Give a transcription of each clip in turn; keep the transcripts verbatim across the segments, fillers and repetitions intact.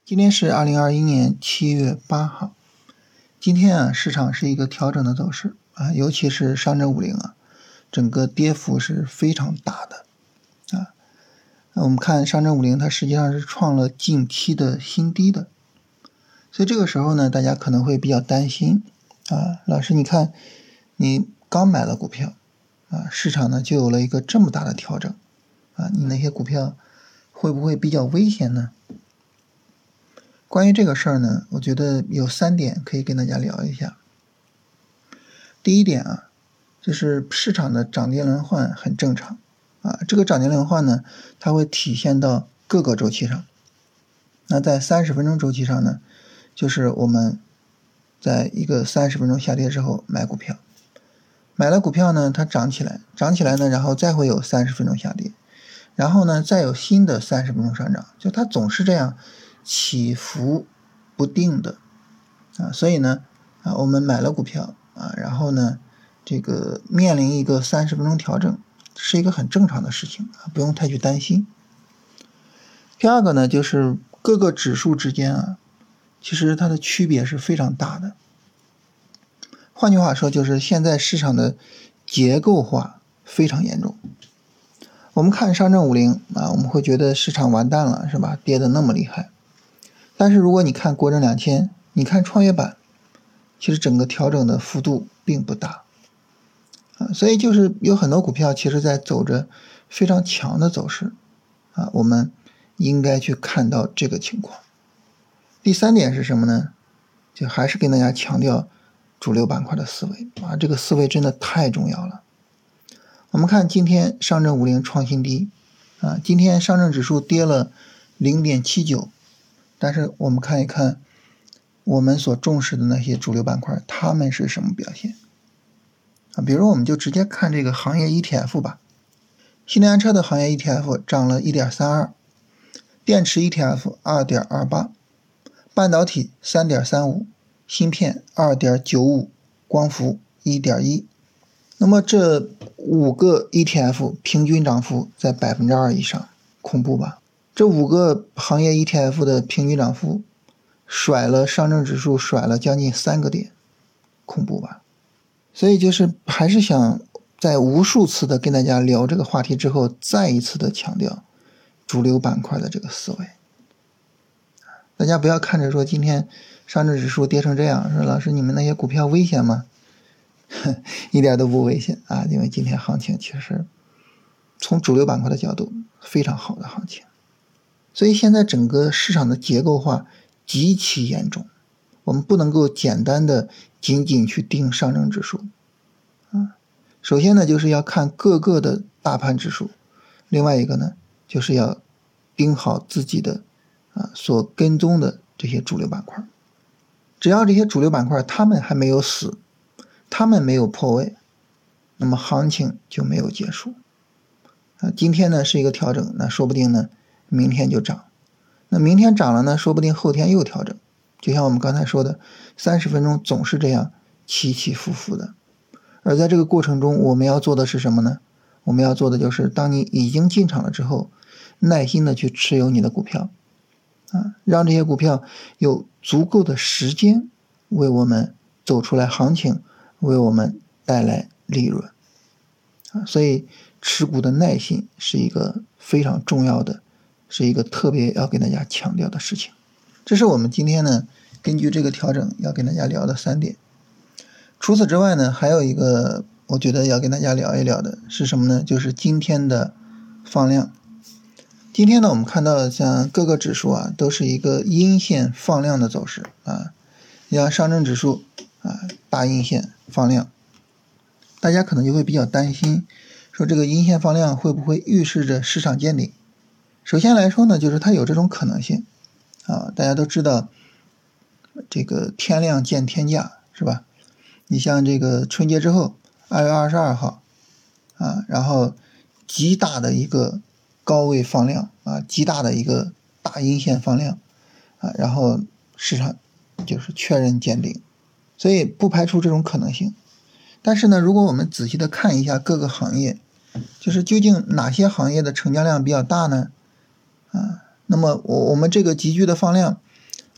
今天是二零二一年七月八号。今天啊，市场是一个调整的走势啊，尤其是上证五零啊，整个跌幅是非常大的啊。我们看上证五零，它实际上是创了近期的新低的，所以这个时候呢，大家可能会比较担心啊，老师，你看你刚买了股票啊，市场呢就有了一个这么大的调整啊，你那些股票会不会比较危险呢？关于这个事儿呢，我觉得有三点可以跟大家聊一下。第一点啊，就是市场的涨跌轮换很正常啊，这个涨跌轮换呢，它会体现到各个周期上。那在三十分钟周期上呢，就是我们在一个三十分钟下跌之后买股票，买了股票呢，它涨起来，涨起来呢，然后再会有三十分钟下跌，然后呢，再有新的三十分钟上涨，就它总是这样起伏不定的啊，所以呢啊，我们买了股票啊，然后呢，这个面临一个三十分钟调整，是一个很正常的事情啊，不用太去担心。第二个呢，就是各个指数之间啊，其实它的区别是非常大的。换句话说，就是现在市场的结构化非常严重。我们看上证五零啊，我们会觉得市场完蛋了，是吧？跌得那么厉害。但是如果你看国证两千，你看创业板，其实整个调整的幅度并不大啊，所以就是有很多股票其实在走着非常强的走势啊，我们应该去看到这个情况。第三点是什么呢？就还是跟大家强调主流板块的思维啊，这个思维真的太重要了。我们看今天上证五零创新低啊，今天上证指数跌了 零点七九，但是我们看一看我们所重视的那些主流板块，它们是什么表现啊？比如我们就直接看这个行业 E T F 吧。新能源车的行业 E T F 涨了 一点三二， 电池 E T F 二点二八， 半导体 三点三五， 芯片 二点九五， 光伏 一点一。 那么这五个 E T F 平均涨幅在 百分之二 以上，恐怖吧？这五个行业 E T F 的平均涨幅甩了上证指数甩了将近三个点，恐怖吧？所以就是还是想在无数次的跟大家聊这个话题之后，再一次的强调主流板块的这个思维。大家不要看着说今天上证指数跌成这样，说老师你们那些股票危险吗？一点都不危险啊，因为今天行情其实从主流板块的角度非常好的行情。所以现在整个市场的结构化极其严重，我们不能够简单的仅仅去盯上证指数啊。首先呢，就是要看各个的大盘指数，另外一个呢，就是要盯好自己的啊所跟踪的这些主流板块。只要这些主流板块他们还没有死，他们没有破位，那么行情就没有结束啊。今天呢是一个调整，那说不定呢明天就涨，那明天涨了呢，说不定后天又调整。就像我们刚才说的，三十分钟总是这样起起伏伏的。而在这个过程中，我们要做的是什么呢？我们要做的就是当你已经进场了之后，耐心的去持有你的股票啊，让这些股票有足够的时间为我们走出来行情，为我们带来利润啊。所以持股的耐心是一个非常重要的，是一个特别要跟大家强调的事情。这是我们今天呢根据这个调整要跟大家聊的三点。除此之外呢，还有一个我觉得要跟大家聊一聊的是什么呢？就是今天的放量。今天呢我们看到像各个指数啊都是一个阴线放量的走势啊，像上证指数啊大阴线放量，大家可能就会比较担心，说这个阴线放量会不会预示着市场见顶？首先来说呢，就是它有这种可能性啊，大家都知道这个天量见天价是吧？你像这个春节之后二月二十二号啊，然后极大的一个高位放量啊，极大的一个大阴线放量啊，然后市场就是确认见顶，所以不排除这种可能性。但是呢，如果我们仔细的看一下各个行业，就是究竟哪些行业的成交量比较大呢？啊，那么我我们这个急剧的放量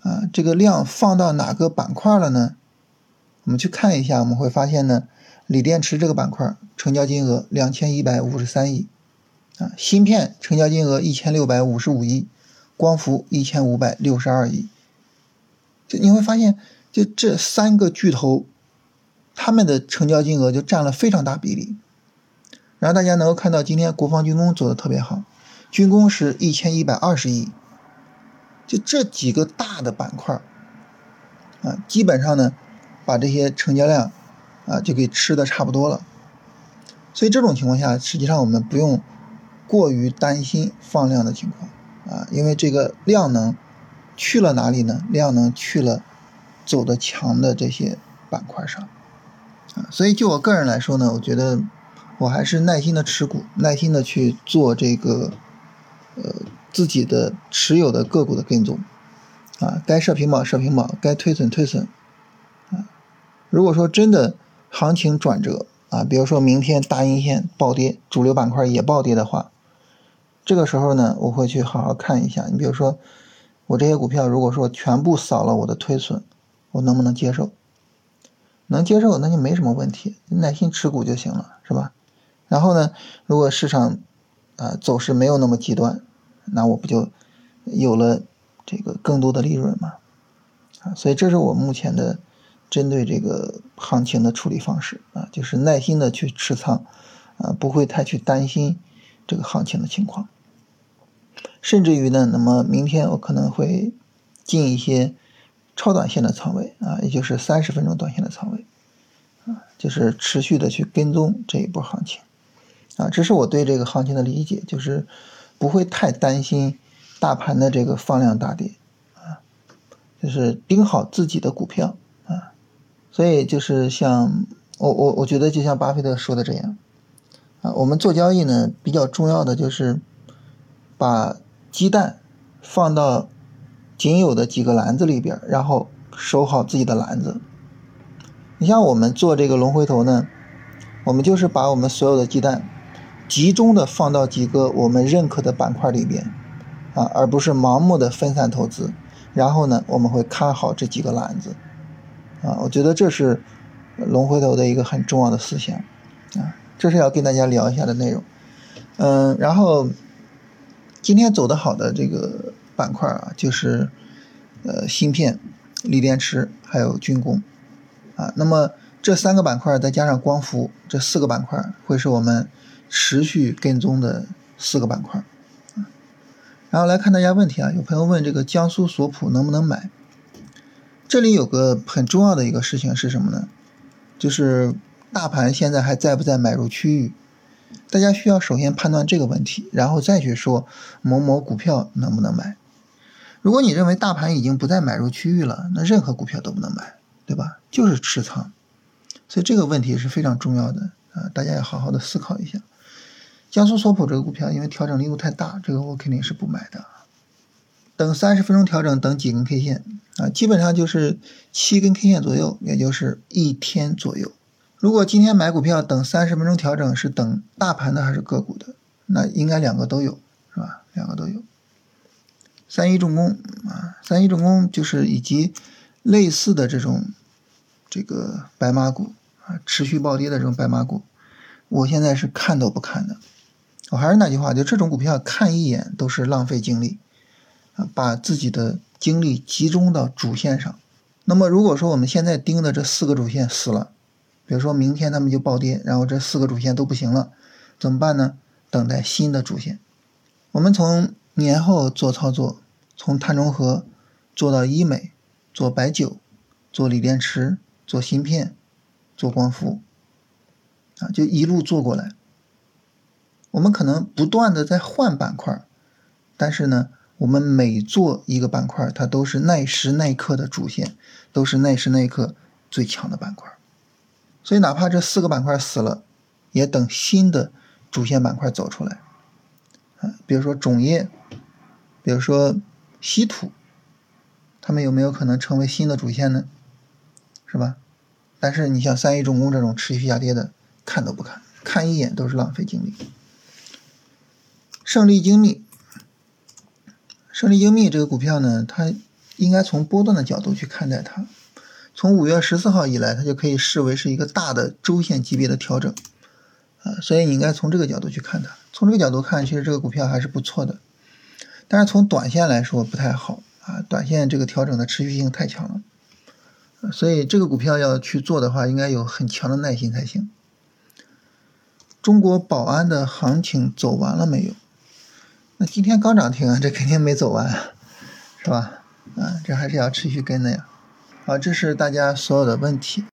啊，这个量放到哪个板块了呢？我们去看一下，我们会发现呢，锂电池这个板块成交金额两千一百五十三亿啊，芯片成交金额一千六百五十五亿，光伏一千五百六十二亿。就你会发现，就这三个巨头，他们的成交金额就占了非常大比例。然后大家能够看到，今天国防军工做的特别好，军工是一千一百二十亿。就这几个大的板块啊，基本上呢，把这些成交量啊就给吃的差不多了。所以这种情况下，实际上我们不用过于担心放量的情况啊，因为这个量能去了哪里呢？量能去了走的强的这些板块上啊。所以就我个人来说呢，我觉得我还是耐心的持股，耐心的去做这个呃自己的持有的个股的跟踪啊，该设平保设平保，该推损推损啊。如果说真的行情转折啊，比如说明天大阴线暴跌，主流板块也暴跌的话，这个时候呢，我会去好好看一下。你比如说我这些股票如果说全部扫了我的推损，我能不能接受？能接受那就没什么问题，耐心持股就行了，是吧？然后呢，如果市场啊、呃、走势没有那么极端，那我不就有了这个更多的利润吗？啊，所以这是我目前的针对这个行情的处理方式啊，就是耐心的去持仓啊，不会太去担心这个行情的情况。甚至于呢，那么明天我可能会进一些超短线的仓位啊，也就是三十分钟短线的仓位啊，就是持续的去跟踪这一波行情啊，这是我对这个行情的理解，就是不会太担心大盘的这个放量大跌啊，就是盯好自己的股票啊。所以就是像我我我觉得就像巴菲特说的这样啊，我们做交易呢比较重要的就是把鸡蛋放到仅有的几个篮子里边，然后收好自己的篮子。你像我们做这个龙回头呢，我们就是把我们所有的鸡蛋集中的放到几个我们认可的板块里边啊，而不是盲目的分散投资。然后呢，我们会看好这几个篮子啊，我觉得这是龙回头的一个很重要的思想啊，这是要跟大家聊一下的内容。嗯，然后今天走得好的这个板块啊，就是呃芯片、锂电池还有军工啊。那么这三个板块再加上光伏，这四个板块会是我们持续跟踪的四个板块。然后来看大家问题啊，有朋友问这个江苏索普能不能买？这里有个很重要的一个事情是什么呢？就是大盘现在还在不在买入区域？大家需要首先判断这个问题，然后再去说某某股票能不能买。如果你认为大盘已经不在买入区域了，那任何股票都不能买，对吧？就是持仓。所以这个问题是非常重要的啊，大家要好好的思考一下。江苏索普这个股票因为调整力度太大，这个我肯定是不买的。等三十分钟调整，等几根 K 线啊，基本上就是七根 K 线左右，也就是一天左右。如果今天买股票等三十分钟调整，是等大盘的还是个股的？那应该两个都有，是吧？两个都有。三一重工啊，三一重工就是以及类似的这种这个白马股啊，持续暴跌的这种白马股，我现在是看都不看的。我还是那句话，就这种股票看一眼都是浪费精力啊，把自己的精力集中到主线上。那么如果说我们现在盯的这四个主线死了，比如说明天他们就暴跌，然后这四个主线都不行了，怎么办呢？等待新的主线。我们从年后做操作，从碳中和做到医美，做白酒，做锂电池，做芯片，做光伏啊，就一路做过来。我们可能不断的在换板块，但是呢，我们每做一个板块，它都是耐时耐刻的主线，都是耐时耐刻最强的板块。所以哪怕这四个板块死了，也等新的主线板块走出来啊，比如说种业，比如说稀土，他们有没有可能成为新的主线呢？是吧？但是你像三一重工这种持续下跌的，看都不看，看一眼都是浪费精力。胜利精密，胜利精密这个股票呢，它应该从波段的角度去看待它。从五月十四号以来，它就可以视为是一个大的周线级别的调整啊，所以你应该从这个角度去看它。从这个角度看，其实这个股票还是不错的，但是从短线来说不太好啊，短线这个调整的持续性太强了，所以这个股票要去做的话，应该有很强的耐心才行。中国宝安的行情走完了没有？那今天刚涨停啊，这肯定没走完，是吧？啊，这还是要持续跟的呀。好，这是大家所有的问题。